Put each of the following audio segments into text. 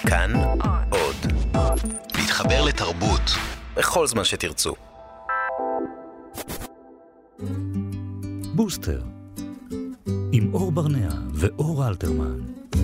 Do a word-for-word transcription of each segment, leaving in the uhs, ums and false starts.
כאן עוד. להתחבר לתרבות בכל זמן שתרצו. בוסטר עם אור ברנע ואור אלתרמן.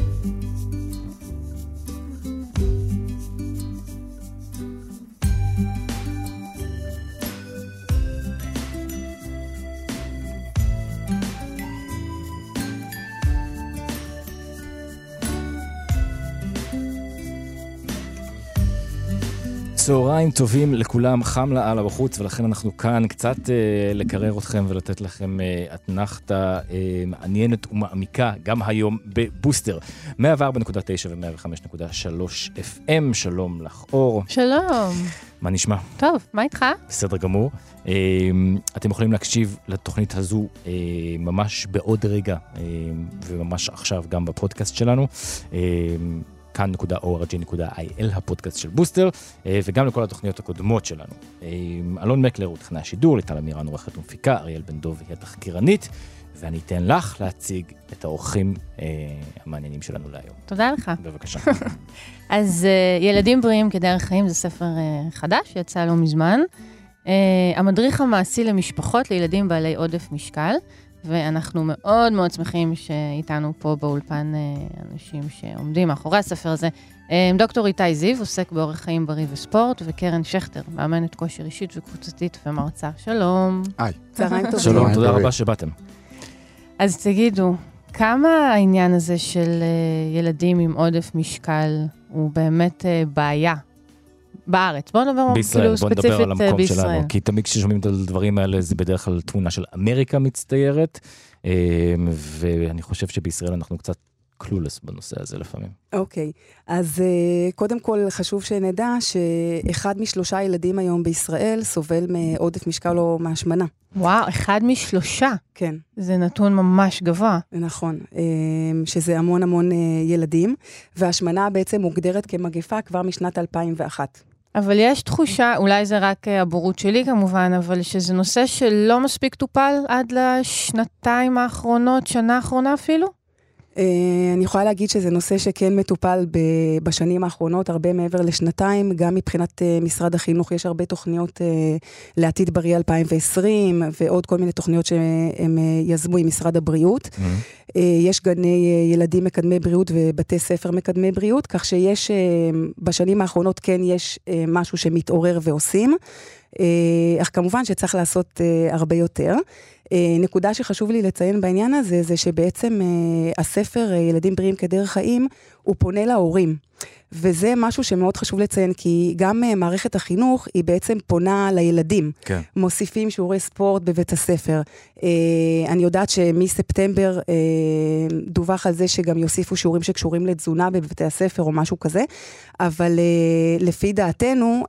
צהריים טובים לכולם, חם לאללה בחוץ, ולכן אנחנו כאן קצת אה, לקרר אתכם ולתת לכם אה, אתנחתה אה, מעניינת ומעמיקה, גם היום בבוסטר. מאה וארבע נקודה תשע ו-מאה וחמש נקודה שלוש אף אם, שלום לך אור. שלום. מה נשמע? טוב, מה איתך? בסדר גמור. אה, אתם יכולים להקשיב לתוכנית הזו אה, ממש בעוד רגע, אה, וממש עכשיו גם בפודקאסט שלנו. אה, כאן נקודה או אר ג'י נקודה איי אל, הפודקאסט של בוסטר, וגם לכל התוכניות הקודמות שלנו. אלון מקלר הוא תכנן השידור, ליטל אמירן עורכת ומפיקה, אריאל בן דוב היא התחקירנית, ואני אתן לך להציג את האורחים אה, המעניינים שלנו להיום. תודה לך. בבקשה. אז אה, ילדים בריאים כדרך חיים זה ספר אה, חדש, יצא לא מזמן. אה, המדריך המעשי למשפחות לילדים בעלי עודף משקל, ואנחנו מאוד מאוד שמחים שאיתנו פה באולפן אנשים שעומדים מאחורי הספר הזה. דוקטור איתי זיו, עוסק באורח חיים בריא וספורט, וקרן שכטר, מאמנת כושר אישית וקבוצתית ומרצה. שלום. היי. צהריים טובים. שלום, תודה רבה שבאתם. אז תגידו, כמה העניין הזה של ילדים עם עודף משקל הוא באמת בעיה? בארץ. בואו נדבר בישראל, בואו נדבר על המקום בישראל. שלנו, כי תמיד כששומעים את הדברים האלה, זה בדרך כלל תמונה של אמריקה מצטיירת, ואני חושב שבישראל אנחנו קצת קלולס בנושא הזה לפעמים. אוקיי, אז קודם כל חשוב שנדע שאחד משלושה ילדים היום בישראל סובל מעודף משקל או מהשמנה. וואו, אחד משלושה? כן. זה נתון ממש גבוה. נכון, שזה המון המון ילדים, והשמנה בעצם מוגדרת כמגפה כבר משנת אלפיים ואחת. אבל יש תחושה, אולי זה רק הבורות שלי כמובן, אבל שזה נושא שלא מספיק טופל עד לשנתיים האחרונות, שנה האחרונה אפילו? אני יכולה להגיד שזה נושא שכן מטופל בשנים האחרונות, הרבה מעבר לשנתיים, גם מבחינת משרד החינוך יש הרבה תוכניות לעתיד בריא אלפיים ועשרים, ועוד כל מיני תוכניות שהם יזמו עם משרד הבריאות. Mm-hmm. יש גני ילדים מקדמי בריאות ובתי ספר מקדמי בריאות, כך שיש בשנים האחרונות כן יש משהו שמתעורר ועושים, אך כמובן שצריך לעשות הרבה יותר. נקודה שחשוב לי לציין בעניין הזה, זה שבעצם הספר ילדים בריאים כדרך חיים, הוא פונה להורים. וזה משהו שמאוד חשוב לציין, כי גם מערכת החינוך היא בעצם פונה לילדים. כן. מוסיפים שיעורי ספורט בבית הספר. אני יודעת שמספטמבר דווח על זה שגם יוסיפו שיעורים שקשורים לתזונה בבתי הספר או משהו כזה, אבל לפי דעתנו,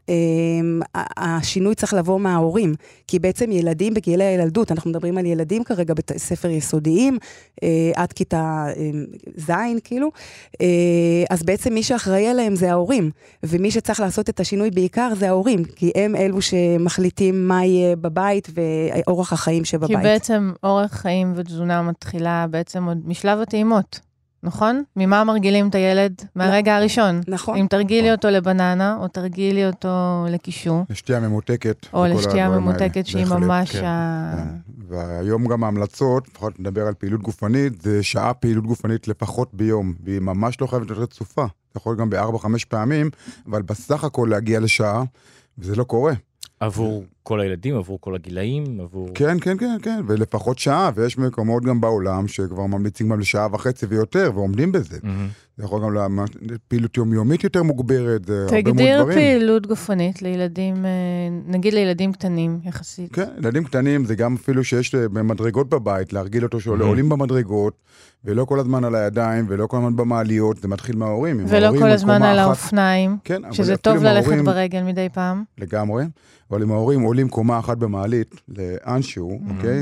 השינוי צריך לבוא מההורים, כי בעצם ילדים בגילי הילדות, אנחנו מדברים על ילדים כרגע בתי ספר יסודיים, עד כיתה זין כאילו, אז בעצם מי שאחראי עליהם זה ההורים, ומי שצריך לעשות את השינוי בעיקר זה ההורים, כי הם אלו שמחליטים מה יהיה בבית ואורח החיים שבבית. כי בעצם אורח חיים ותזונה מתחילה בעצם עוד משלב הטעימות, נכון? ממה מרגילים את הילד? מהרגע הראשון. נכון. אם תרגילי אותו לבננה, או תרגילי אותו לקישור. לשתייה ממותקת. או לשתייה ממותקת שהיא ממש ה... והיום גם ההמלצות, לפחות נדבר על פעילות גופנית, זה שעה פעילות גופנית לפחות ביום, והיא ממש לא חייבת להיות רצופה. אתה יכול גם בארבע, חמש פעמים, אבל בסך הכל להגיע לשעה, וזה לא קורה. עבור כל הילדים, עבור כל הגילאים, עבור... כן, כן, כן, כן, ולפחות שעה, ויש מקומות גם בעולם שכבר ממליצים גם לשעה וחצי ויותר, ועומדים בזה. זה יכול גם לפעילות יומיומית יותר מוגברת, זה הרבה מאוד דברים. תגדיר פעילות גופנית לילדים, נגיד לילדים קטנים יחסית. כן, ילדים קטנים זה גם אפילו שיש במדרגות בבית, להרגיל אותו שעולים במדרגות, ולא כל הזמן על הידיים, ולא כל הזמן במעליות, זה מתחיל מההורים. ולא כל הזמן על האופניים, שזה טוב ללכת ברגל מדי פעם. לגמרי, אבל אם ההורים עולים קומה אחת במעלית לאנשהו, אוקיי,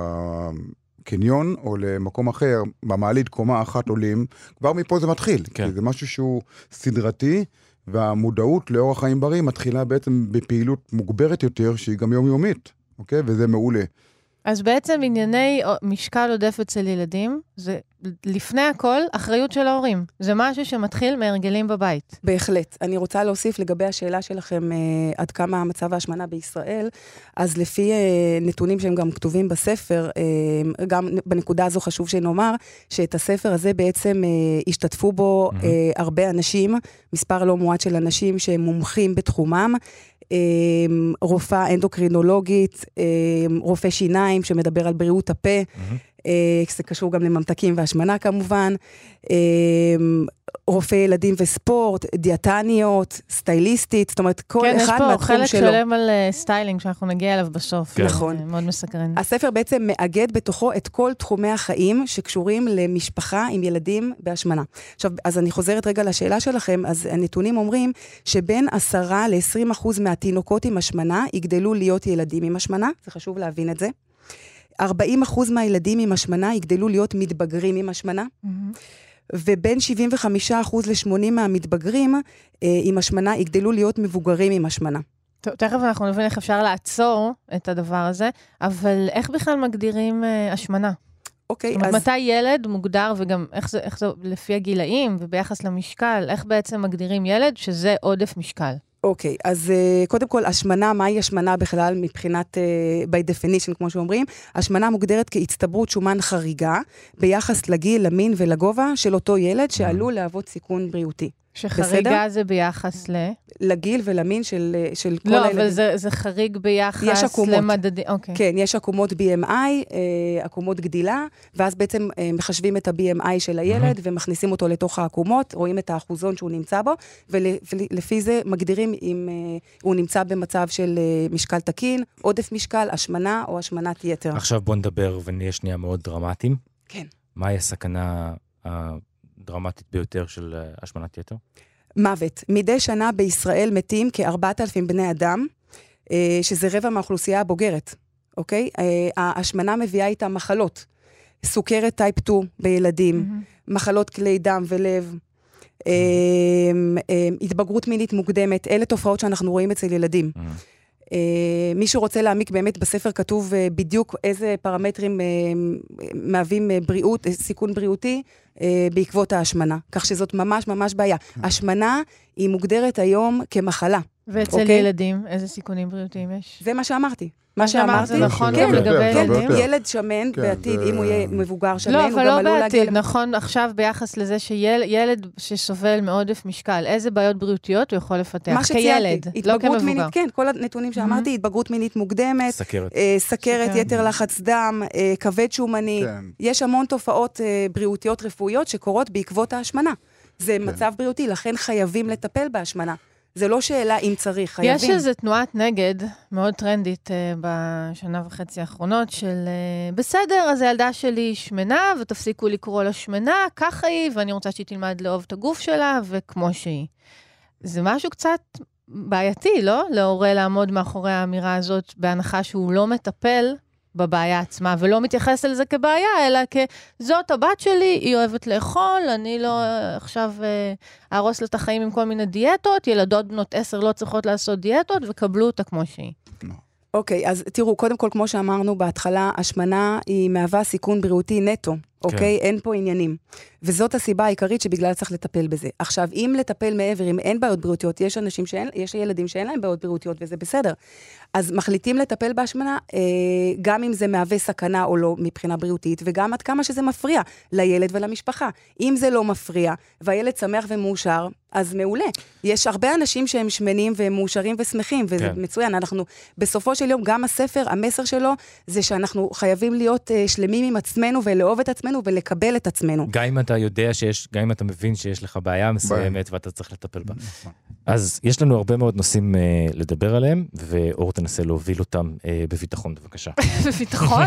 בקניון או למקום אחר, במעלית קומה אחת עולים, כבר מפה זה מתחיל, כי זה משהו שהוא סדרתי, והמודעות לאורח חיים בריא מתחילה בעצם בפעילות מוגברת יותר, שהיא גם יומיומית, אוקיי, וזה מעולה. אז בעצם ענייני משקל עודף אצל ילדים, זה לפני הכל, אחריות של ההורים. זה משהו שמתחיל מהרגלים בבית. בהחלט. אני רוצה להוסיף לגבי השאלה שלכם, אה, עד כמה המצב ההשמנה בישראל, אז לפי אה, נתונים שהם גם כתובים בספר, אה, גם בנקודה הזו חשוב שנאמר, שאת הספר הזה בעצם אה, השתתפו בו אה, הרבה אנשים, מספר לא מועט של אנשים שהם מומחים בתחומם, רופאה אנדוקרינולוגית, רופא שיניים שמדבר על בריאות הפה, זה קשור גם לממתקים והשמנה כמובן, רופא ילדים וספורט, דיאטניות, סטייליסטית, זאת אומרת, כל אחד מהתחום שלו. כן, יש פה חלק שלם על סטיילינג שאנחנו נגיע אליו בסוף. נכון. מאוד מסקרן. הספר בעצם מאגד בתוכו את כל תחומי החיים שקשורים למשפחה עם ילדים בהשמנה. עכשיו, אז אני חוזרת רגע לשאלה שלכם, אז הנתונים אומרים שבין עשרה ל-עשרים אחוז מהתינוקות עם השמנה יגדלו להיות ילדים עם השמנה, זה חשוב להבין את זה. ארבעים אחוז מהילדים עם השמנה יגדלו להיות מתבגרים עם השמנה. ובין שבעים וחמישה אחוז ל-שמונים מהמתבגרים אה, עם השמנה יגדלו להיות מבוגרים עם השמנה. טוב, תכף אנחנו נבין איך אפשר לעצור את הדבר הזה, אבל איך בכלל מגדירים אה, השמנה? אוקיי, זאת אומרת, אז... מתי ילד מוגדר, וגם איך זה, איך זה לפי הגילאים וביחס למשקל, איך בעצם מגדירים ילד שזה עודף משקל? אוקיי, okay, אז uh, קודם כל, השמנה, מהי השמנה בכלל מבחינת, uh, by definition, כמו שאומרים? השמנה מוגדרת כהצטברות שומן חריגה, ביחס לגיל, למין ולגובה של אותו ילד, שעלול להוות סיכון בריאותי. שחריגה בסדר? זה ביחס ל... לגיל ולמין של, של כל לא, הילדים. לא, אבל זה, זה חריג ביחס למדדים. אוקיי. כן, יש עקומות בי אם איי, אה, עקומות גדילה, ואז בעצם אה, מחשבים את ה-בי אם איי של הילד, mm-hmm. ומכניסים אותו לתוך העקומות, רואים את האחוזון שהוא נמצא בו, ולפי זה מגדירים אם אה, הוא נמצא במצב של אה, משקל תקין, עודף משקל, השמנה או השמנת יתר. עכשיו בוא נדבר ונהיה שנייה מאוד דרמטיים. כן. מהי הסכנה הדרמטית ביותר של השמנת יתר? מוות. מדי שנה בישראל מתים כ-ארבעת אלפים בני אדם, שזה רבע מהאוכלוסייה הבוגרת, אוקיי? ההשמנה מביאה איתה מחלות, סוכרת טייפ שתיים בילדים, mm-hmm. מחלות כלי דם ולב, mm-hmm. התבגרות מינית מוקדמת, אלה תופעות שאנחנו רואים אצל ילדים. Mm-hmm. מי שרוצה להעמיק באמת בספר כתוב בדיוק איזה פרמטרים מהווים בריאות, סיכון בריאותי בעקבות ההשמנה. כך שזאת ממש ממש בעיה. השמנה היא מוגדרת היום כמחלה. ואצל ילדים, איזה סיכונים בריאותיים יש? זה מה שאמרתי. מה שאמרתי, זה נכון גם לגבי ילדים. ילד שמן בעתיד, אם הוא יהיה מבוגר שמן, לא, הוא אבל גם לא עלול להגיע... בעתיד, נכון עכשיו ביחס לזה שילד שסובל מעודף משקל, איזה בעיות בריאותיות הוא יכול לפתח? כילד, לא כמבוגר. כן, כל הנתונים שאמרתי, התבגרות מינית מוקדמת, סכרת, סכרת, יתר לחץ דם, כבד שומני, יש המון תופעות בריאותיות רפואיות שקורות בעקבות ההשמנה. זה מצב בריאותי, לכן חייבים לטפל בהשמנה. זה לא שאלה אם צריך, חייבים. יש איזו תנועת נגד, מאוד טרנדית uh, בשנה וחצי האחרונות, של uh, בסדר, אז הילדה שלי שמנה, ותפסיקו לקרוא לה שמנה, ככה היא, ואני רוצה שהיא תלמד לאהוב את הגוף שלה, וכמו שהיא. זה משהו קצת בעייתי, לא? להורה לעמוד מאחורי האמירה הזאת, בהנחה שהוא לא מטפל בבעיה עצמה, ולא מתייחס על זה כבעיה, אלא כזאת הבת שלי, היא אוהבת לאכול, אני לא עכשיו ארוס לה את החיים עם כל מיני דיאטות, ילדות בנות עשר לא צריכות לעשות דיאטות, וקבלו אותה כמו שהיא. אוקיי, אז תראו, קודם כל, כמו שאמרנו בהתחלה, השמנה היא מהווה סיכון בריאותי נטו, אוקיי? אין פה עניינים. וזאת הסיבה העיקרית שבגלל צריך לטפל בזה. עכשיו, אם לטפל מעבר, אם אין בעיות בריאותיות, יש אנשים שאין, יש ילדים שאין להם בעיות בריאותיות, וזה בסדר. אז מחליטים לטפל בהשמנה, אה, גם אם זה מהווה סכנה או לא מבחינה בריאותית, וגם עד כמה שזה מפריע לילד ולמשפחה. אם זה לא מפריע, והילד שמח ומאושר, אז מעולה. יש הרבה אנשים שהם שמנים והם מאושרים ושמחים, וזה כן. מצוין. אנחנו, בסופו של יום, גם הספר, המסר שלו, זה שאנחנו חייבים להיות uh, שלמים עם עצמנו, ולאהוב את עצמנו, ולקבל את עצמנו. גם אם אתה יודע שיש, גם אם אתה מבין שיש לך בעיה מסוימת, ואתה צריך לטפל בה. אז יש לנו הרבה מאוד נושאים uh, לדבר עליהם, ואור תנסה להוביל אותם uh, בביטחון, בבקשה. בביטחון?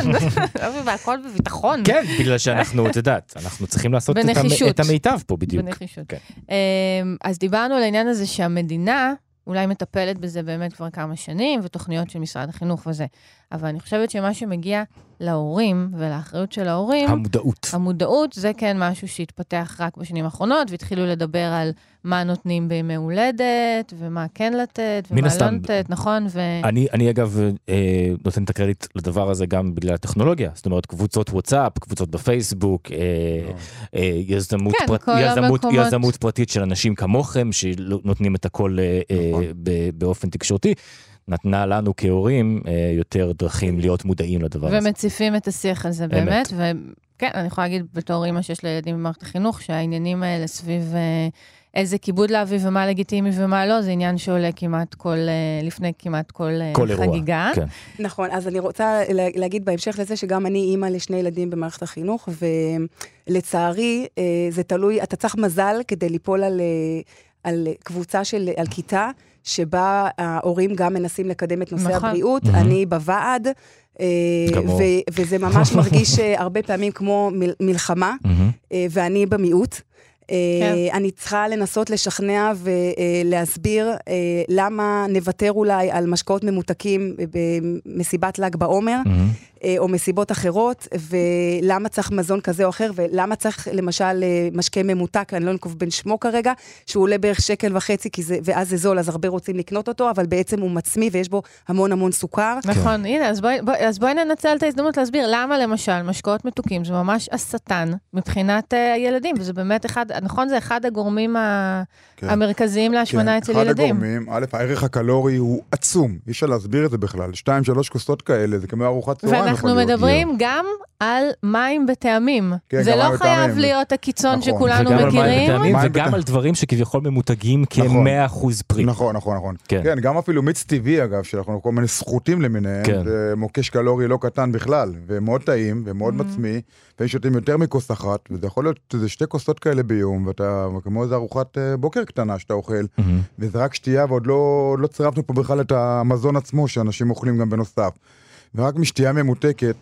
והכל בביטחון. כן, בגלל שאנחנו, את יודעת, אנחנו צריכים לעשות את המיטב פה בדיוק. בנחישות. אז דיברנו על העניין הזה שהמדינה אולי מטפלת בזה באמת כבר כמה שנים, ותוכניות של משרד החינוך וזה. אבל אני חושבת שמה שמגיע להורים ולאחריות של ההורים. המודעות. המודעות זה כן משהו שהתפתח רק בשנים האחרונות, והתחילו לדבר על מה נותנים בימי הולדת, ומה כן לתת, ומה לא לתת, נכון? ו... אני, אני אגב נותן את הקרדיט לדבר הזה גם בגלל הטכנולוגיה, זאת אומרת, קבוצות וואטסאפ, קבוצות בפייסבוק, יזמות, כן, פרט, יזמות, יזמות פרטית של אנשים כמוכם, שנותנים את הכל באופן תקשורתי. נתנה לנו כהורים יותר דרכים להיות מודעים לדבר הזה. ומציפים את השיח על זה באמת, וכן, אני יכולה להגיד בתור אמא שיש לילדים במערכת החינוך, שהעניינים האלה סביב איזה כיבוד להביא ומה לגיטימי ומה לא, זה עניין שעולה כמעט כל, לפני כמעט כל, כל חגיגה. כן. נכון, אז אני רוצה להגיד בהמשך לזה שגם אני אימא לשני ילדים במערכת החינוך, ולצערי זה תלוי, אתה צריך מזל כדי ליפול על, על קבוצה של, על כיתה, שבה ההורים גם מנסים לקדם את נושא נכון. הבריאות, mm-hmm. אני בוועד, ו- וזה ממש מרגיש הרבה פעמים כמו מל- מלחמה, mm-hmm. ואני במיעוט. כן. אני צריכה לנסות לשכנע ולהסביר למה נוותר אולי על משקאות ממותקים במסיבת ל"ג בעומר, mm-hmm. או מסיבות אחרות, ולמה צריך מזון כזה או אחר, ולמה צריך למשל משקה ממותק, אני לא נקוב בין שמו כרגע, שהוא עולה בערך שקל וחצי, כי זה, ואז זה זול, אז הרבה רוצים לקנות אותו, אבל בעצם הוא מצמי ויש בו המון המון סוכר. נכון, הנה, אז בואי, בואי, אז בואי ננצל את ההזדמנות להסביר למה למשל משקאות מתוקים, זה ממש השטן מבחינת הילדים, וזה באמת אחד, נכון, זה אחד הגורמים המרכזיים להשמנה אצל ילדים. אחד הגורמים, א', הערך הקלורי הוא עצום, אי אפשר להסביר את זה בכלל, שתיים, שלוש כוסות כאלה, זה כמו ארוחת צהריים. ואנחנו מדברים גם על מים בטעמים. זה לא חייב להיות הקיצון שכולנו מכירים. וגם על דברים שכביכול ממותגים כ-מאה אחוז פרי. נכון, נכון, נכון. כן, גם אפילו מיץ טבעי, אגב, שאנחנו כל מיני סחוטים למיניהם, זה מוקש קלורי לא קטן בכלל, ומאוד טעים, ומאוד מצמי, ויש שותים יותר מכוס אחת, וזה יכול להיות איזה שתי כוסות כאלה ביום, ואתה כמו איזה ארוחת בוקר קטנה שאתה אוכל, וזה רק שתייה, ועוד לא צירפנו פה בכלל את המזון עצמו, שאנשים אוכלים גם בנוסף. ורק משתייה ממותקת,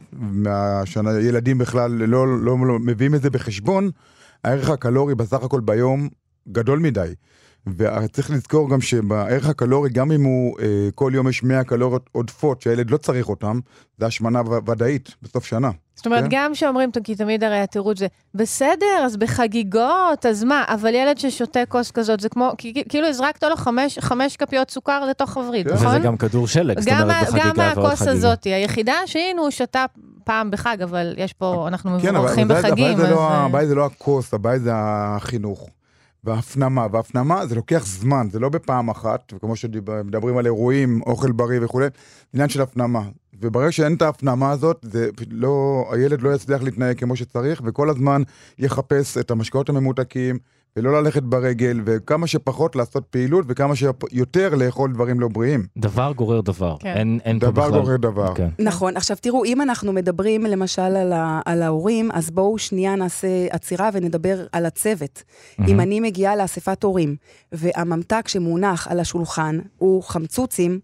שהילדים בכלל לא, לא, לא מביאים את זה בחשבון, הערך הקלורי בסך הכל ביום גדול מדי. וצריך לזכור גם שבערך הקלורי, גם אם הוא אה, כל יום יש מאה קלוריות עודפות, שהילד לא צריך אותם, זה השמנה ודאית בסוף שנה. זאת אומרת, כן? גם שאומרים, כי תמיד הרי התירוץ זה, בסדר, אז בחגיגות, אז מה? אבל ילד ששותה כוס כזאת, זה כמו, כאילו הזרקת לו חמש, חמש כפיות סוכר לתוך הווריד, כן. נכון? וזה גם כדור שלג, זאת אומרת בחגיגה ועוד חגיגה. גם הכוס הזאת, היחידה שהנה הוא שתה פעם בחג, אבל יש פה, אנחנו מבורכים בחגים. כן, הבעיה זה לא הכוס, הבעיה זה החינוך. והפנמה, והפנמה זה לוקח זמן, זה לא בפעם אחת, וכמו שמדברים על אירועים, אוכל בריא וכו', עניין של הפנמה. וברגע שאין את ההפנמה הזאת, זה לא, הילד לא יצליח להתנהג כמו שצריך, וכל הזמן יחפש את המשקאות הממותקים, ולא ללכת ברגל, וכמה שפחות לעשות פעילות, וכמה שיותר לאכול דברים לא בריאים. דבר גורר דבר. כן. אין, אין דבר פה בכלל. גורר דבר. כן. נכון. עכשיו תראו, אם אנחנו מדברים למשל על, ה, על ההורים, אז בואו שנייה נעשה עצירה ונדבר על הצוות. Mm-hmm. אם אני מגיעה לאספת הורים, והממתק שמונח על השולחן הוא חמצוצים,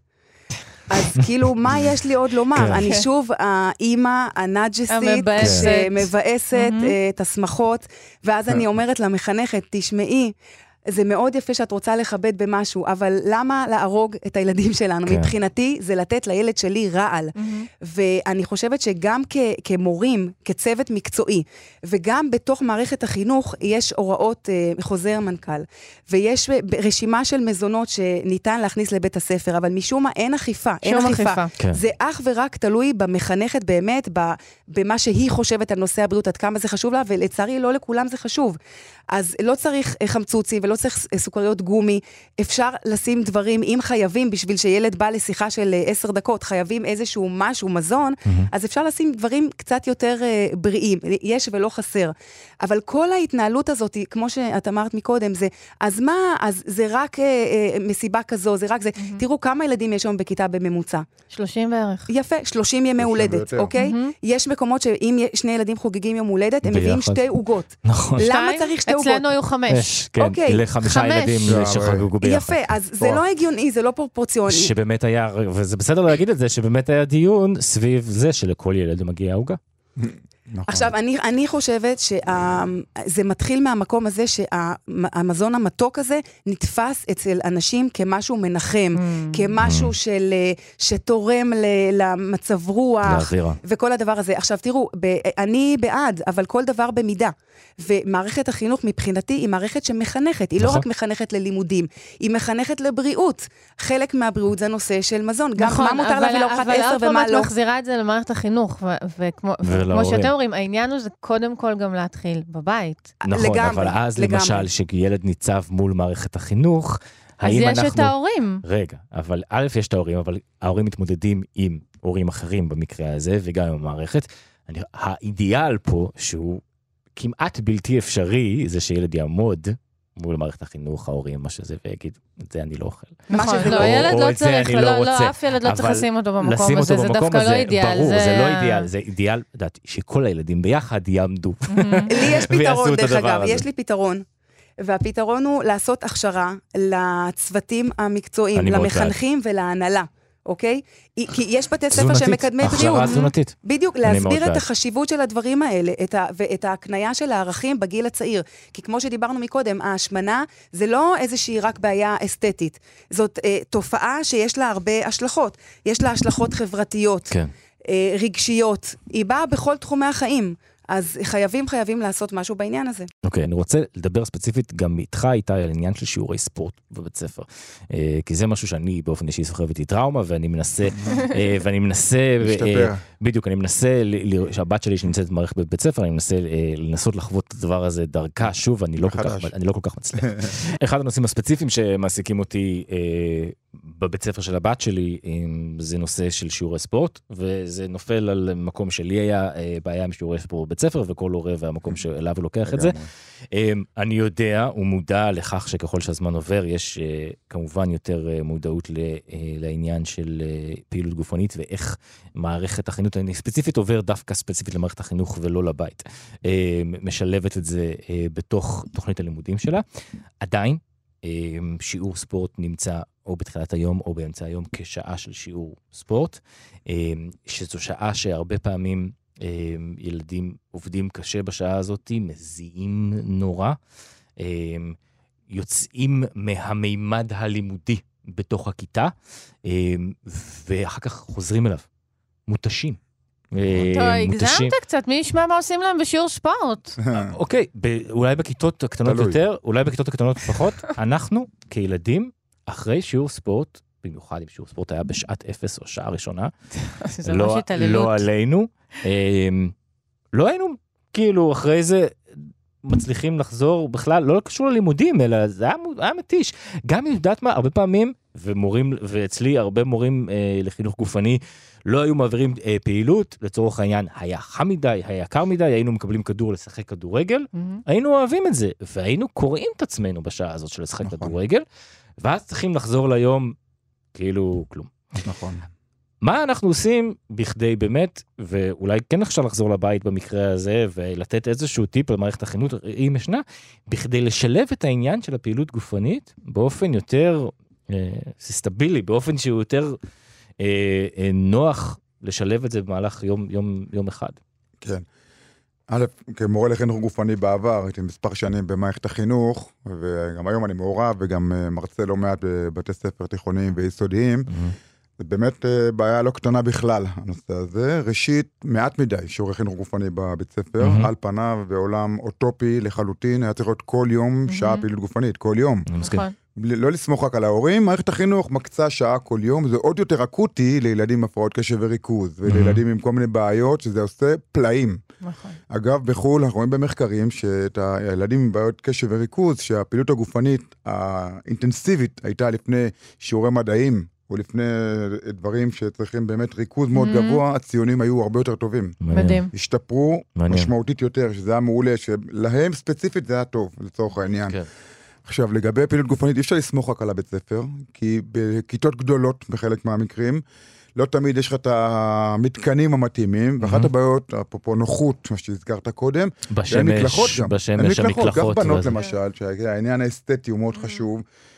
אז כאילו, מה יש לי עוד לומר? אני שוב, האימא הנאג'סית, שמבאסת את השמחות, ואז אני אומרת למחנכת, תשמעי, זה מאוד יפה שאת רוצה לכבד במשהו, אבל למה להרוג את הילדים שלנו? כן. מבחינתי זה לתת לילד שלי רעל. Mm-hmm. ואני חושבת שגם כ- כמורים, כצוות מקצועי, וגם בתוך מערכת החינוך, יש הוראות uh, חוזר מנכ"ל, ויש רשימה של מזונות שניתן להכניס לבית הספר, אבל משום מה אין אכיפה. אין אכיפה. אכיפה. כן. זה אך ורק תלוי במחנכת באמת, במה שהיא חושבת על נושא הבריאות, עד כמה זה חשוב לה, ולצערי לא לכולם זה חשוב. אז לא צריך חמצוצי ולא צריך סוכריות גומי, אפשר לשים דברים, אם חייבים, בשביל שילד בא לשיחה של עשר דקות, חייבים איזשהו משהו, מזון, mm-hmm. אז אפשר לשים דברים קצת יותר uh, בריאים, יש ולא חסר. אבל כל ההתנהלות הזאת, כמו שאת אמרת מקודם, זה, אז מה, אז זה רק uh, uh, מסיבה כזו, זה רק זה, mm-hmm. תראו כמה ילדים יש היום בכיתה בממוצע. שלושים בערך. יפה, שלושים ימי הולדת, אוקיי? Mm-hmm. יש מקומות שאם שני ילדים חוגגים יום הולדת, הם מביאים שתי עוגות. נכון. למה צריך שתי עוגות? אצלנו היו חמש. כן, לחמישה ילדים שחגגו ביחד. יפה, אז זה לא הגיוני, זה לא פרופורציוני. שבאמת היה, וזה בסדר להגיד את זה, שבאמת היה דיון סביב זה שלכל ילד מגיע עוגה. נכון. עכשיו, אני, אני חושבת שזה מתחיל מהמקום הזה שהמזון המתוק הזה נתפס אצל אנשים כמשהו מנחם, mm. כמשהו mm. של, שתורם למצב רוח, לאווירה. וכל הדבר הזה. עכשיו, תראו, ב, אני בעד, אבל כל דבר במידה. ומערכת החינוך מבחינתי היא מערכת שמחנכת, היא נכון. לא רק מחנכת ללימודים, היא מחנכת לבריאות. חלק מהבריאות זה נושא של מזון, נכון, גם מה מותר להביא לארוחת עשר ומה לא. אבל את מחזירה את זה למערכת החינוך, וכמו שאתם אומרים, העניין הוא זה קודם כל גם להתחיל בבית. נכון, לגמרי, אבל אז לגמרי. למשל, שילד ניצב מול מערכת החינוך, אז יש אנחנו... את ההורים. רגע, אבל א' יש את ההורים, אבל ההורים מתמודדים עם הורים אחרים במקרה הזה, וגם עם המערכת. אני... האידיאל פה, שהוא כמעט בלתי אפשרי, זה שילד יעמוד מול מערכת החינוך, ההורים, מה שזה, ויגיד, את זה אני לא אוכל. נכון, לא, ילד לא צריך, לא, אף ילד לא צריך לשים אותו במקום הזה, זה דווקא לא אידיאל. ברור, זה לא אידיאל, זה אידיאל, יודעת, שכל הילדים ביחד יעמדו. לי יש פתרון, דרך אגב, יש לי פתרון. והפתרון הוא לעשות הכשרה לצוותים המקצועיים, למחנכים ולהנהלה. אוקיי? כי יש בתי ספר שמקדמי בריאות. הכשרה תזונתית. בדיוק, להסביר את החשיבות של הדברים האלה, ואת ההקניה של הערכים בגיל הצעיר. כי כמו שדיברנו מקודם, ההשמנה זה לא איזושהי רק בעיה אסתטית. זאת תופעה שיש לה הרבה השלכות. יש לה השלכות חברתיות, רגשיות. היא באה בכל תחומי החיים. אז חייבים, חייבים לעשות משהו בעניין הזה. אוקיי, okay, אני רוצה לדבר ספציפית גם איתך, איתי, על עניין של שיעורי ספורט בבית ספר. Uh, כי זה משהו שאני באופן אישי סוחב איתי טראומה, ואני מנסה, uh, ואני מנסה, להשתפר. Uh, בדיוק, אני מנסה, שהבת שלי שנמצאת במערכת בבית ספר, אני מנסה uh, לנסות לחוות את הדבר הזה דרכה, שוב, אני לא, כל כך, אני לא כל כך מצליח. אחד הנושאים הספציפיים שמעסיקים אותי uh, בבית ספר של הבת שלי, um, זה נושא של שיעורי ספורט, וזה נופל על מקום שלי היה uh, בעיה עם שיעורי ספורט בבית ספר, וכל הורה והמקום שאליו הוא לוקח את זה. אני יודע ומודע לכך שככל שהזמן עובר, יש כמובן יותר מודעות לעניין של פעילות גופנית, ואיך מערכת החינוך, אני ספציפית עובר דווקא ספציפית למערכת החינוך ולא לבית, משלבת את זה בתוך תוכנית הלימודים שלה. עדיין, שיעור ספורט נמצא או בתחילת היום או באמצע היום כשעה של שיעור ספורט, שזו שעה שהרבה פעמים ילדים עובדים קשה בשעה הזאת, מזיעים נורא, יוצאים מהמימד הלימודי בתוך הכיתה, ואחר כך חוזרים אליו, מותשים. טוב, הגזמת קצת, מי ישמע מה עושים להם בשיעור ספורט? אוקיי, אולי בכיתות הקטנות יותר, אולי בכיתות הקטנות פחות, אנחנו כילדים, אחרי שיעור ספורט, במיוחד אם שיעור ספורט היה בשעת אפס או שעה ראשונה, לא עלינו, לא היינו כאילו אחרי זה מצליחים לחזור בכלל, לא קשור ללימודים, אלא זה היה, היה מתיש. גם יודעת מה, הרבה פעמים, ומורים, ואצלי הרבה מורים אה, לחינוך גופני, לא היו מעבירים אה, פעילות, לצורך העניין, היה חם מדי, היה קר מדי, היינו מקבלים כדור לשחק כדורגל, mm-hmm. היינו אוהבים את זה, והיינו קוראים את עצמנו בשעה הזאת של לשחק נכון. כדורגל, ואז צריכים לחזור ליום, כאילו כלום. נכון. מה אנחנו עושים בכדי באמת, ואולי כן אפשר לחזור לבית במקרה הזה, ולתת איזשהו טיפ על מערכת החינוך, אם ישנה, בכדי לשלב את העניין של הפעילות גופנית, באופן יותר אה, סטבילי, באופן שהוא יותר אה, אה, נוח לשלב את זה במהלך יום, יום, יום אחד. כן. א', כמורה לחינוך גופני בעבר, הייתי מספר שנים במערכת החינוך, וגם היום אני מעורב, וגם מרצה לא מעט בבתי ספר תיכוניים ויסודיים, mm-hmm. זה באמת בעיה לא קטנה בכלל, הנושא הזה. ראשית, מעט מדי שיעורי חינוך גופני בבית ספר, mm-hmm. על פניו בעולם אוטופי לחלוטין, היה צריך להיות כל יום mm-hmm. שעה פעילות גופנית, כל יום. נכון. לא לסמוך רק על ההורים, מערכת החינוך מקצה שעה כל יום, זה עוד יותר אקוטי לילדים עם הפרעות קשב וריכוז, ולילדים עם כל מיני בעיות, שזה עושה פלאים. נכון. אגב, בחו"ל אנחנו רואים במחקרים, שאת הילדים עם בעיות קשב וריכוז, שהפעילות הגופנית האינטנסיבית הייתה לפני שיעורי מדעים, או לפני דברים שצריכים באמת ריכוז מאוד גבוה, הציונים היו הרבה יותר טובים. מדהים. השתפרו משמעותית יותר, שזה היה מעולה, שלהם ספציפית זה היה טוב, לצורך העניין. כן. עכשיו, לגבי פעילות גופנית, אי אפשר לסמוך רק על הבית ספר, כי בכיתות גדולות, בחלק מהמקרים, לא תמיד יש לך את המתקנים המתאימים, ואחת הבעיות, אפרופו נוחות, מה שהזכרת קודם, בשמש, בשמש המקלחות. גם בנות למשל, שהעניין האסתטי הוא מאוד חשוב,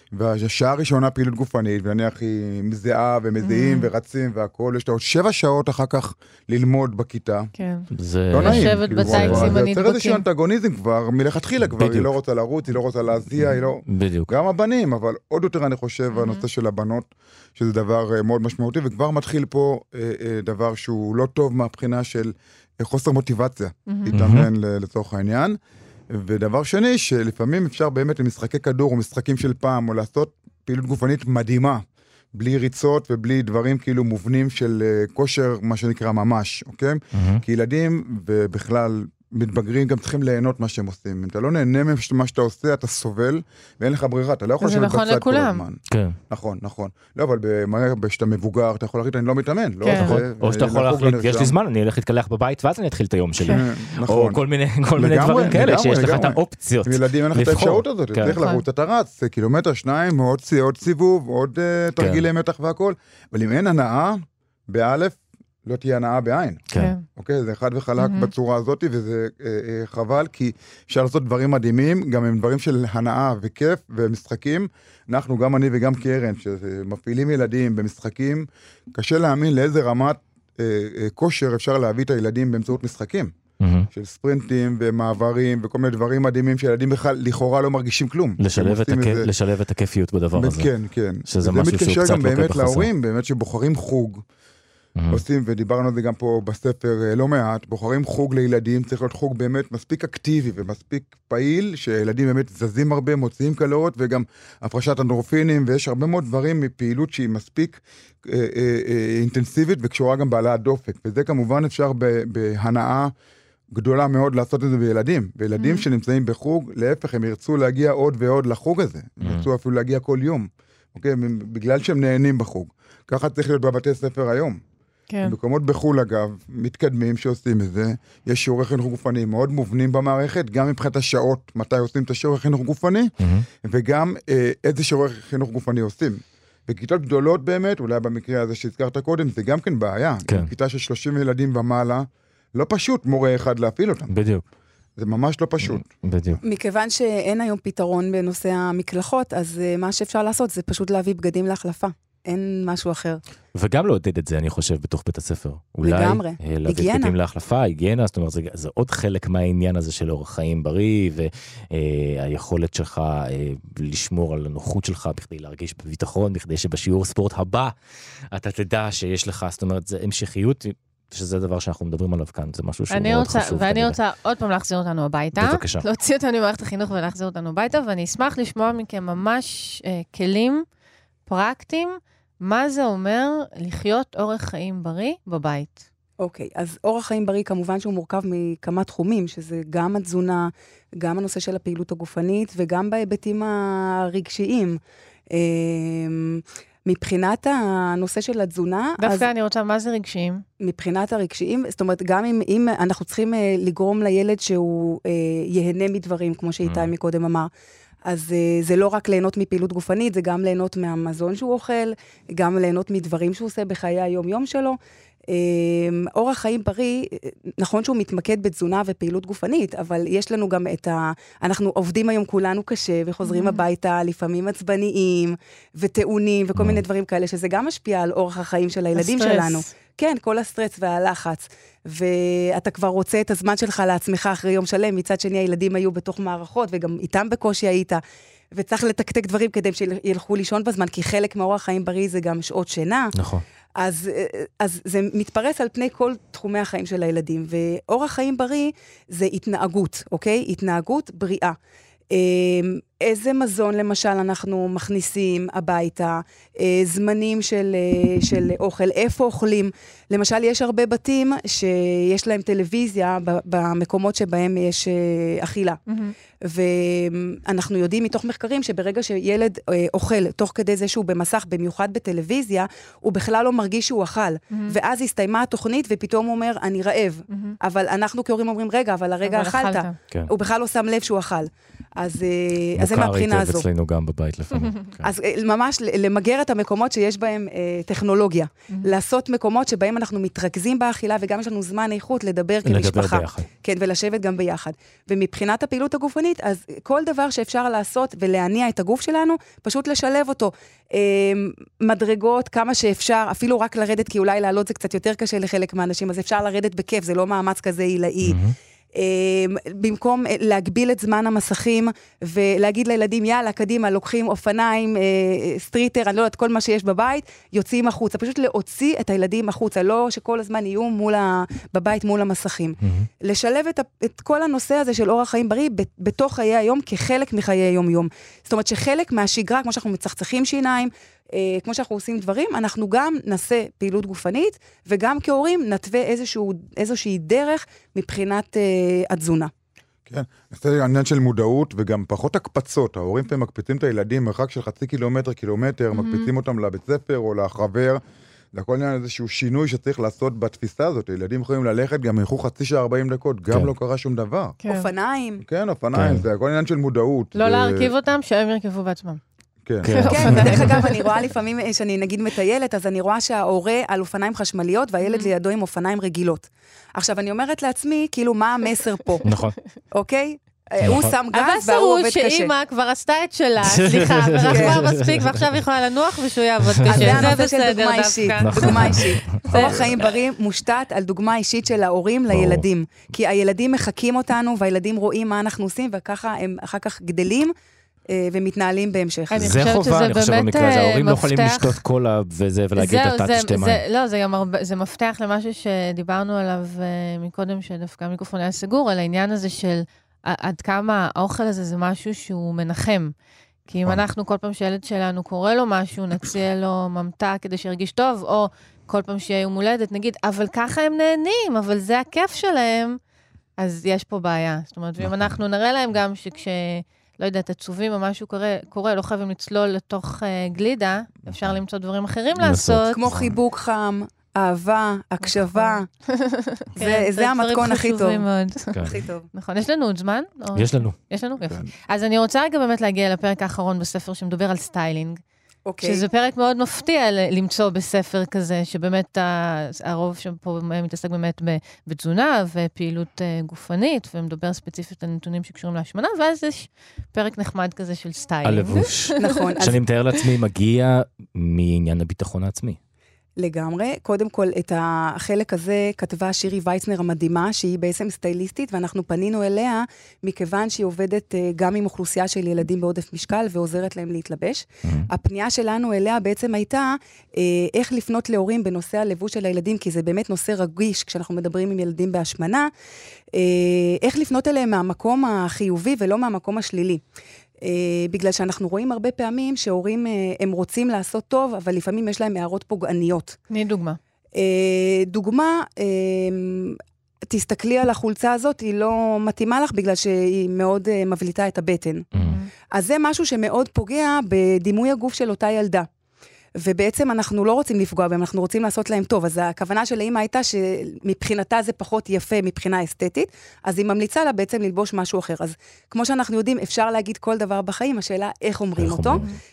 והשעה הראשונה פעילות גופנית, ונניח היא מזיעה ומזיעים ורצים והכל, יש לה עוד שבע שעות אחר כך ללמוד בכיתה. כן. זה לא נעים. לשבת בטייקסים זה הנדבקים. יוצר איזשהו אנטגוניזם כבר, מלכתחילה כבר, היא לא רוצה לרוץ, היא לא רוצה להזיע, היא לא... בדיוק. גם הבנים, אבל עוד יותר אני חושב, הנושא של הבנות, שזה דבר מאוד משמעותי, וכבר מתחיל פה דבר שהוא לא טוב מהבחינה של חוסר מוטיבציה, להתאמן לצורך העניין. ודבר שני, שלפעמים אפשר באמת למשחקי כדור או משחקים של פעם, או לעשות פעילות גופנית מדהימה, בלי ריצות ובלי דברים כאילו מובנים של כושר, מה שנקרא ממש, אוקיי? Mm-hmm. כי ילדים ובכלל מתבגרים גם צריכים ליהנות מה שהם עושים. אם אתה לא נהנה ממה שאתה עושה, אתה סובל, ואין לך ברירה, אתה לא יכול לשבת נכון בצד כל הזמן. כן. נכון, נכון. לא, אבל כשאתה מבוגר, אתה יכול להחליט, אני לא מתאמן. כן. לא, נכון. זה, או שאתה יכול להחליט, יש לי זמן, אני אלך להתקלח בבית, ואז אני אתחיל את היום שלי. או כל מיני, כל מיני דברים כאלה, שיש לך את האופציות. עם ילדים אין לך את האפשרות הזאת, צריך לרוץ, אתה רץ, קילומטר, שניים, עוד סיבוב, עוד תרגילי מתח והכל. אבל אם אין הנאה, באלף, לא תהיה הנאה בעין. כן. אוקיי, זה אחד וחלק mm-hmm. בצורה הזאת, וזה אה, אה, חבל, כי אפשר לעשות דברים מדהימים, גם עם דברים של הנאה וכיף ומשחקים. אנחנו, גם אני וגם קרן, שמפעילים ילדים במשחקים, קשה להאמין לאיזה רמת אה, אה, כושר אפשר להביא את הילדים באמצעות משחקים. Mm-hmm. של ספרינטים ומעברים וכל מיני דברים מדהימים שילדים בכלל לכאורה לא מרגישים כלום. לשלב את, הכ... איזה... לשלב את הכיפיות בדבר הזה. כן, כן. שזה משהו שהוא קצת לוקה בחסר. זה מתקשר גם באמת להורים, באמת שבוחרים חוג, mm-hmm. עושים, ודיברנו על זה גם פה בספר לא מעט, בוחרים חוג לילדים, צריך להיות חוג באמת מספיק אקטיבי ומספיק פעיל, שילדים באמת זזים הרבה, מוציאים קלוריות, וגם הפרשת אנדורפינים, ויש הרבה מאוד דברים מפעילות שהיא מספיק אה, אה, אה, אינטנסיבית, וקשורה גם בעלת דופק, וזה כמובן אפשר בהנאה גדולה מאוד לעשות את זה בילדים, וילדים mm-hmm. שנמצאים בחוג, להפך, הם ירצו להגיע עוד ועוד לחוג הזה, mm-hmm. הם ירצו אפילו להגיע כל יום, אוקיי? בגלל שהם נהנים בחוג. ככה צריך להיות בבתי ספר היום. כן. במקומות בחול, אגב, מתקדמים שעושים את זה, יש שיעורי חינוך גופני מאוד מובנים במערכת, גם מבחינת השעות, מתי עושים את השיעורי חינוך גופני, mm-hmm. וגם אה, איזה שיעורי חינוך גופני עושים. בכיתות גדולות באמת, אולי במקרה הזה שהזכרת קודם, זה גם כן בעיה. כן. כיתה של שלושים ילדים ומעלה, לא פשוט מורה אחד להפעיל אותם. בדיוק. זה ממש לא פשוט. בדיוק. מכיוון שאין היום פתרון בנושא המקלחות, אז מה שאפשר לעשות זה פשוט להביא בגדים להחלפה. אין משהו אחר. וגם לעודד את זה, אני חושב, בתוך בית הספר. אולי לגמרי. להביא בגדים להחלפה, היגיינה, זאת אומרת, זה, זה עוד חלק מהעניין הזה של אורח חיים בריא, והיכולת שלך לשמור על הנוחות שלך, בכדי להרגיש בביטחון, בכדי שבשיעור ספורט הבא, אתה תדע שיש לך, זאת אומרת, זה המשכיות, שזה דבר שאנחנו מדברים עליו כאן, זה משהו שהוא מאוד רוצה, חשוב. ואני כנראה. רוצה עוד פעם להחזיר אותנו הביתה. בבקשה. להוציא אותנו ממערכת החינוך ולהחזיר אותנו הביתה, ואני אשמח לשמוע מכם ממש אה, כלים פרקטיים, מה זה אומר לחיות אורח חיים בריא בבית. אוקיי, אז אורח חיים בריא כמובן שהוא מורכב מכמה תחומים, שזה גם התזונה, גם הנושא של הפעילות הגופנית, וגם בהיבטים הרגשיים. אה, מבחינת הנושא של התזונה... דווקא אז, אני רוצה, מה זה רגשיים? מבחינת הרגשיים, זאת אומרת, גם אם, אם אנחנו צריכים אה, לגרום לילד שהוא אה, יהנה מדברים, כמו שאיתי mm. מקודם אמר, אז אה, זה לא רק ליהנות מפעילות גופנית, זה גם ליהנות מהמזון שהוא אוכל, גם ליהנות מדברים שהוא עושה בחיי היום-יום שלו. אורח חיים בריא, נכון שהוא מתמקד בתזונה ופעילות גופנית, אבל יש לנו גם את ה... אנחנו עובדים היום כולנו קשה, וחוזרים הביתה, לפעמים עצבניים, וטעונים, וכל מיני דברים כאלה, שזה גם משפיע על אורח החיים של הילדים שלנו. כן, כל הסטרס והלחץ, ואתה כבר רוצה את הזמן שלך לעצמך אחרי יום שלם, מצד שני הילדים היו בתוך מערכות, וגם איתם בקושי היית, וצריך לתקתק דברים כדי שילכו לישון בזמן, כי חלק מאורח חיים בריא זה גם שעות שינה. נכון. אז, אז זה מתפרס על פני כל תחומי החיים של הילדים, ואורח חיים בריא זה התנהגות, אוקיי? התנהגות בריאה. איזה מזון למשל אנחנו מכניסים הביתה, זמנים של, של אוכל, איפה אוכלים. למשל יש הרבה בתים שיש להם טלוויזיה במקומות שבהם יש אכילה. Mm-hmm. ואנחנו יודעים מתוך מחקרים שברגע שילד אוכל תוך כדי זה שהוא במסך, במיוחד בטלוויזיה, הוא בכלל לא מרגיש שהוא אכל. Mm-hmm. ואז הסתיימה התוכנית ופתאום הוא אומר, אני רעב. Mm-hmm. אבל אנחנו כהורים אומרים, רגע, אבל הרגע אבל אכלת. כן. הוא בכלל לא שם לב שהוא אכל. אז... זה מהבחינה הזו. מוכר היטב אצלנו גם בבית לפעמים. אז ממש למגר את המקומות שיש בהם טכנולוגיה. לעשות מקומות שבהם אנחנו מתרכזים באכילה, וגם יש לנו זמן איכות לדבר כמשפחה. לדבר ביחד. כן, ולשבת גם ביחד. ומבחינת הפעילות הגופנית, אז כל דבר שאפשר לעשות ולהניע את הגוף שלנו, פשוט לשלב אותו. מדרגות, כמה שאפשר, אפילו רק לרדת, כי אולי לעלות זה קצת יותר קשה לחלק מהאנשים, אז אפשר לרדת בכיף, זה לא מאמץ כזה עילאי. במקום להגביל את זמן המסכים, ולהגיד לילדים, יאללה, קדימה, לוקחים אופניים, סטריטר, אני לא יודעת, כל מה שיש בבית, יוצאים החוצה. פשוט להוציא את הילדים החוצה, לא שכל הזמן יהיו מול ה... בבית מול המסכים. לשלב את, ה... את כל הנושא הזה של אורח חיים בריא, בתוך חיי היום, כחלק מחיי היום-יום. זאת אומרת שחלק מהשגרה, כמו שאנחנו מצחצחים שיניים, Uh, כמו שאנחנו עושים דברים, אנחנו גם נעשה פעילות גופנית, וגם כהורים נתווה איזשהו, איזושהי דרך מבחינת uh, התזונה. כן, זה עניין של מודעות, וגם פחות הקפצות. ההורים פעמים מקפיצים את הילדים, מרחק של חצי קילומטר, קילומטר, mm-hmm. מקפיצים אותם לבית ספר או לחבר, זה הכל עניין איזשהו שינוי שצריך לעשות בתפיסה הזאת. הילדים יכולים ללכת, גם ילכו חצי שעה ארבעים דקות, גם כן. לא קרה שום דבר. כן. אופניים. כן, אופניים, כן. זה הכל עניין של מודעות. לא ו... להרכיב אותם, שהם ירכבו בעצמם. כן. כן, דרך אגב, אני רואה לפעמים שאני נגיד מטיילת, אז אני רואה שההורה על אופניים חשמליות, והילד לידו עם אופניים רגילות. עכשיו, אני אומרת לעצמי, כאילו, מה המסר פה? נכון. אוקיי? הוא שם גז והוא עובד קשה. המסר הוא שאמא כבר עשתה את שלה, סליחה, ורחבה מספיק, ועכשיו היא יכולה לנוח ושהוא יעבוד קשה. אז זה הנושא של דוגמה אישית. דוגמה אישית. אורח חיים בריא מושתת על דוגמה אישית של ההורים לילדים. כי הילדים מחכים אותנו, והילדים רואים מה אנחנו עושים, וככה הם אחר כך גדלים, ומתנהלים בהמשך. זה חובה, אני חושב במקרה הזה, ההורים לא יכולים לשתות קולה וזה, ולהגיד אתה תשתה מים. לא, זה מפתח למשהו שדיברנו עליו מקודם, שדווקא המיקרופון היה סגור, על העניין הזה של עד כמה האוכל הזה זה משהו שהוא מנחם. כי אם אנחנו כל פעם שילד שלנו קורא לו משהו, נציע לו ממתק כדי שירגיש טוב, או כל פעם שיהיה יום הולדת, נגיד, אבל ככה הם נהנים, אבל זה הכיף שלהם, אז יש פה בעיה. זאת אומרת, ואם אנחנו נראה להם גם שכש... לא יודעת, עצובים או משהו קורה, קורה, לא חייבים לצלול לתוך uh, גלידה, אפשר למצוא דברים אחרים לעשות. כמו חיבוק חם, אהבה, הקשבה. זה המתכון הכי טוב. הכי טוב. נכון, יש לנו עוד זמן? יש לנו. יש לנו? יפה. אז אני רוצה רגע באמת להגיע לפרק האחרון בספר שמדבר על סטיילינג. Okay. שזה פרק מאוד מפתיע למצוא בספר כזה, שבאמת הרוב שפה מתעסק באמת בתזונה ופעילות גופנית, ומדבר ספציפית על נתונים שקשורים להשמנה, ואז יש פרק נחמד כזה של סטיילינג. הלבוש. נכון. שאני מתאר לעצמי מגיע מעניין הביטחון העצמי. לגמרי. קודם כל, את החלק הזה כתבה שירי וייצנר המדהימה, שהיא בעצם סטייליסטית, ואנחנו פנינו אליה, מכיוון שהיא עובדת גם עם אוכלוסייה של ילדים בעודף משקל, ועוזרת להם להתלבש. Mm-hmm. הפנייה שלנו אליה בעצם הייתה, איך לפנות להורים בנושא הלבוש של הילדים, כי זה באמת נושא רגיש, כשאנחנו מדברים עם ילדים בהשמנה, איך לפנות אליהם מהמקום החיובי, ולא מהמקום השלילי. Uh, בגלל שאנחנו רואים הרבה פעמים שהורים uh, הם רוצים לעשות טוב, אבל לפעמים יש להם הערות פוגעניות. תני דוגמה. Uh, דוגמה, uh, תסתכלי על החולצה הזאת, היא לא מתאימה לך בגלל שהיא מאוד uh, מבליטה את הבטן. Mm-hmm. אז זה משהו שמאוד פוגע בדימוי הגוף של אותה ילדה. ובעצם אנחנו לא רוצים לפגוע בהם, אנחנו רוצים לעשות להם טוב. אז הכוונה של האמא הייתה שמבחינתה זה פחות יפה מבחינה אסתטית, אז היא ממליצה לה בעצם ללבוש משהו אחר. אז כמו שאנחנו יודעים, אפשר להגיד כל דבר בחיים, השאלה איך אומרים אותו.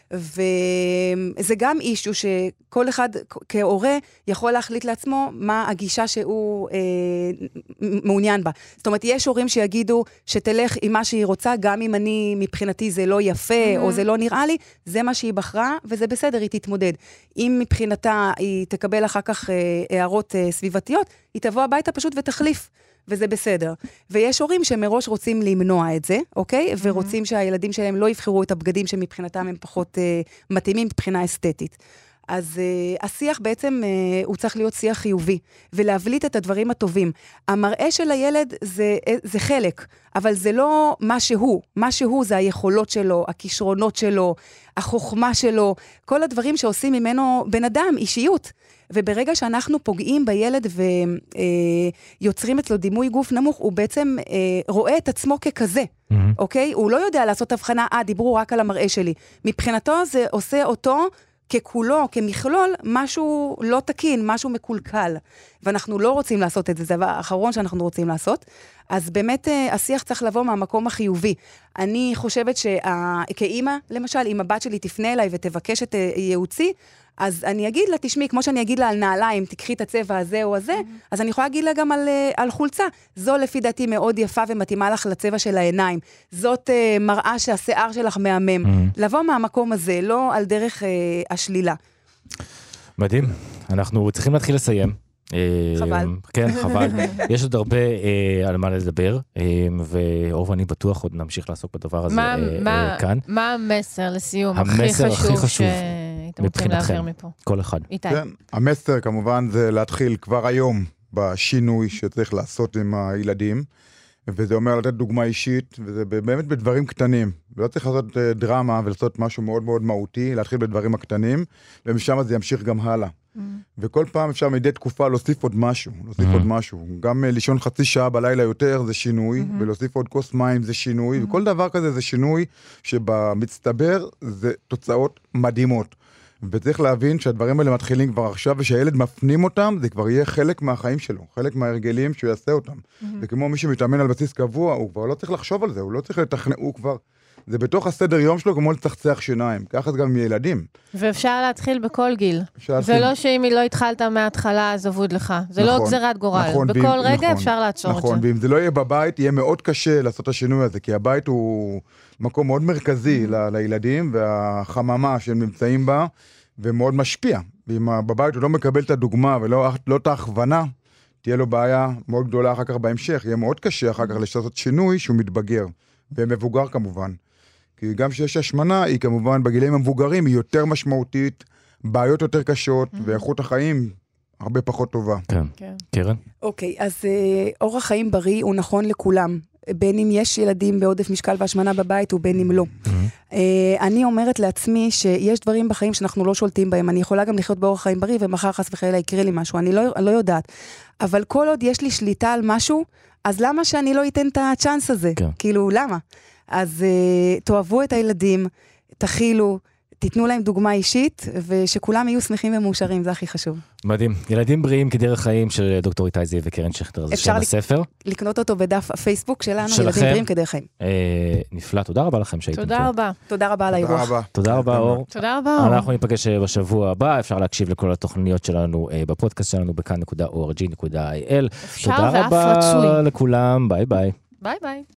וזה גם אישו שכל אחד כהורה יכול להחליט לעצמו מה הגישה שהוא אה, מעוניין בה. זאת אומרת, יש הורים שיגידו שתלך עם מה שהיא רוצה, גם אם אני מבחינתי זה לא יפה או זה לא נראה לי, זה מה שהיא בחרה וזה בסדר, היא תתמודד. אם מבחינתה היא תקבל אחר כך אה, הערות אה, סביבתיות, היא תבוא הביתה פשוט ותחליף. וזה בסדר. ויש הורים שמראש רוצים למנוע את זה, אוקיי? ורוצים שהילדים שלהם לא יבחרו את הבגדים שמבחינתם הם פחות אה, מתאימים מבחינה אסתטית. אז uh, השיח בעצם uh, הוא צריך להיות שיח חיובי, ולהבליט את הדברים הטובים. המראה של הילד זה, זה חלק, אבל זה לא מה שהוא. מה שהוא זה היכולות שלו, הכישרונות שלו, החוכמה שלו, כל הדברים שעושים ממנו בן אדם, אישיות. וברגע שאנחנו פוגעים בילד ויוצרים אצלו דימוי גוף נמוך, הוא בעצם uh, רואה את עצמו ככזה. Mm-hmm. אוקיי? הוא לא יודע לעשות הבחנה, אה, דיברו רק על המראה שלי. מבחינתו זה עושה אותו ככולו, כמכלול, משהו לא תקין, משהו מקולקל. ואנחנו לא רוצים לעשות את זה, זה האחרון שאנחנו רוצים לעשות. אז באמת השיח צריך לבוא מהמקום החיובי. אני חושבת שכאימא, למשל, אם הבת שלי תפנה אליי ותבקש את ייעוצי, אז אני אגיד לה, תשמעי, כמו שאני אגיד לה על נעליים, תקחי את הצבע הזה או הזה, אז אני יכולה להגיד לה גם על, על חולצה. זו לפי דעתי מאוד יפה ומתאימה לך לצבע של העיניים. זאת uh, מראה שהשיער שלך מהמם. Mm-hmm. לבוא מהמקום הזה, לא על דרך uh, השלילה. מדהים. אנחנו צריכים להתחיל לסיים. חבל. כן, חבל. יש עוד הרבה על מה לדבר, ואור ואני בטוח עוד נמשיך לעסוק בדבר הזה כאן. מה המסר לסיום הכי חשוב שהייתם רוצים להעביר מפה? כל אחד. איתי. המסר כמובן זה להתחיל כבר היום בשינוי שצריך לעשות עם הילדים, וזה אומר לתת דוגמה אישית, וזה באמת בדברים קטנים. לא צריך לעשות דרמה ולעשות משהו מאוד מאוד מהותי, להתחיל בדברים הקטנים, ומשם זה ימשיך גם הלאה. Mm. וכל פעם אפשר מדי תקופה להוסיף עוד משהו, להוסיף mm. עוד משהו. גם לישון חצי שעה בלילה יותר זה שינוי, mm-hmm. ולהוסיף עוד כוס מים זה שינוי, mm-hmm. וכל דבר כזה זה שינוי שבמצטבר זה תוצאות מדהימות. וצריך להבין שהדברים האלה מתחילים כבר עכשיו, ושהילד מפנים אותם, זה כבר יהיה חלק מהחיים שלו, חלק מההרגלים שהוא יעשה אותם. Mm-hmm. וכמו מי שמתאמן על בסיס קבוע, הוא כבר לא צריך לחשוב על זה, הוא לא צריך לתכנן, הוא כבר... זה בתוך הסדר יום שלו כמו לצחצח שיניים, ככה זה גם עם ילדים. ואפשר להתחיל בכל גיל. זה לא שאם לא התחלת מההתחלה, אז עבוד לך. זה לא גזירת גורל. בכל רגע אפשר לעצור את זה. נכון, ואם זה לא יהיה בבית, יהיה מאוד קשה לעשות את השינוי הזה, כי הבית הוא מקום מאוד מרכזי לילדים, והחממה שהם נמצאים בה, ומאוד משפיע. ואם בבית הוא לא מקבל את הדוגמה ולא את ההכוונה, תהיה לו בעיה מאוד גדולה אחר כך בהמשך. יהיה מאוד קשה אחר כך לעשות שינוי שהוא מתבגר, ומבוגר כמובן. כי גם שיש השמנה, היא כמובן בגילאים המבוגרים, היא יותר משמעותית, בעיות יותר קשות, mm-hmm. ואיכות החיים הרבה פחות טובה. כן. כן. קרן? אוקיי, אז אה, אורח חיים בריא הוא נכון לכולם. בין אם יש ילדים בעודף משקל והשמנה בבית, ובין אם לא. Mm-hmm. אה, אני אומרת לעצמי שיש דברים בחיים שאנחנו לא שולטים בהם. אני יכולה גם לחיות באורח חיים בריא, ומחר חס וחלילה יקרה לי משהו. אני לא, לא יודעת. אבל כל עוד יש לי שליטה על משהו, אז למה שאני לא אתן את הצ'אנס הזה? כן. כאילו, למה? אז uh, תאהבו את הילדים, תכילו, תיתנו להם דוגמה אישית, ושכולם יהיו שמחים ומאושרים, זה הכי חשוב. מדהים. ילדים בריאים כדרך חיים של דוקטור איתי זיו וקרן שכטר, זה שם הספר. אפשר לקנות אותו בדף הפייסבוק שלנו, שלכם. ילדים בריאים כדרך חיים. אה, נפלא, תודה רבה לכם שהייתם פה. תודה רבה. תודה רבה על האירוח. תודה רבה, אור. תודה רבה, אור. אנחנו ניפגש בשבוע הבא, אפשר להקשיב לכל התוכניות שלנו בפודקאסט שלנו, בכאן נקודה או אר ג'י נקודה איי אל. תודה רבה לכולם, ביי ביי. ביי ביי.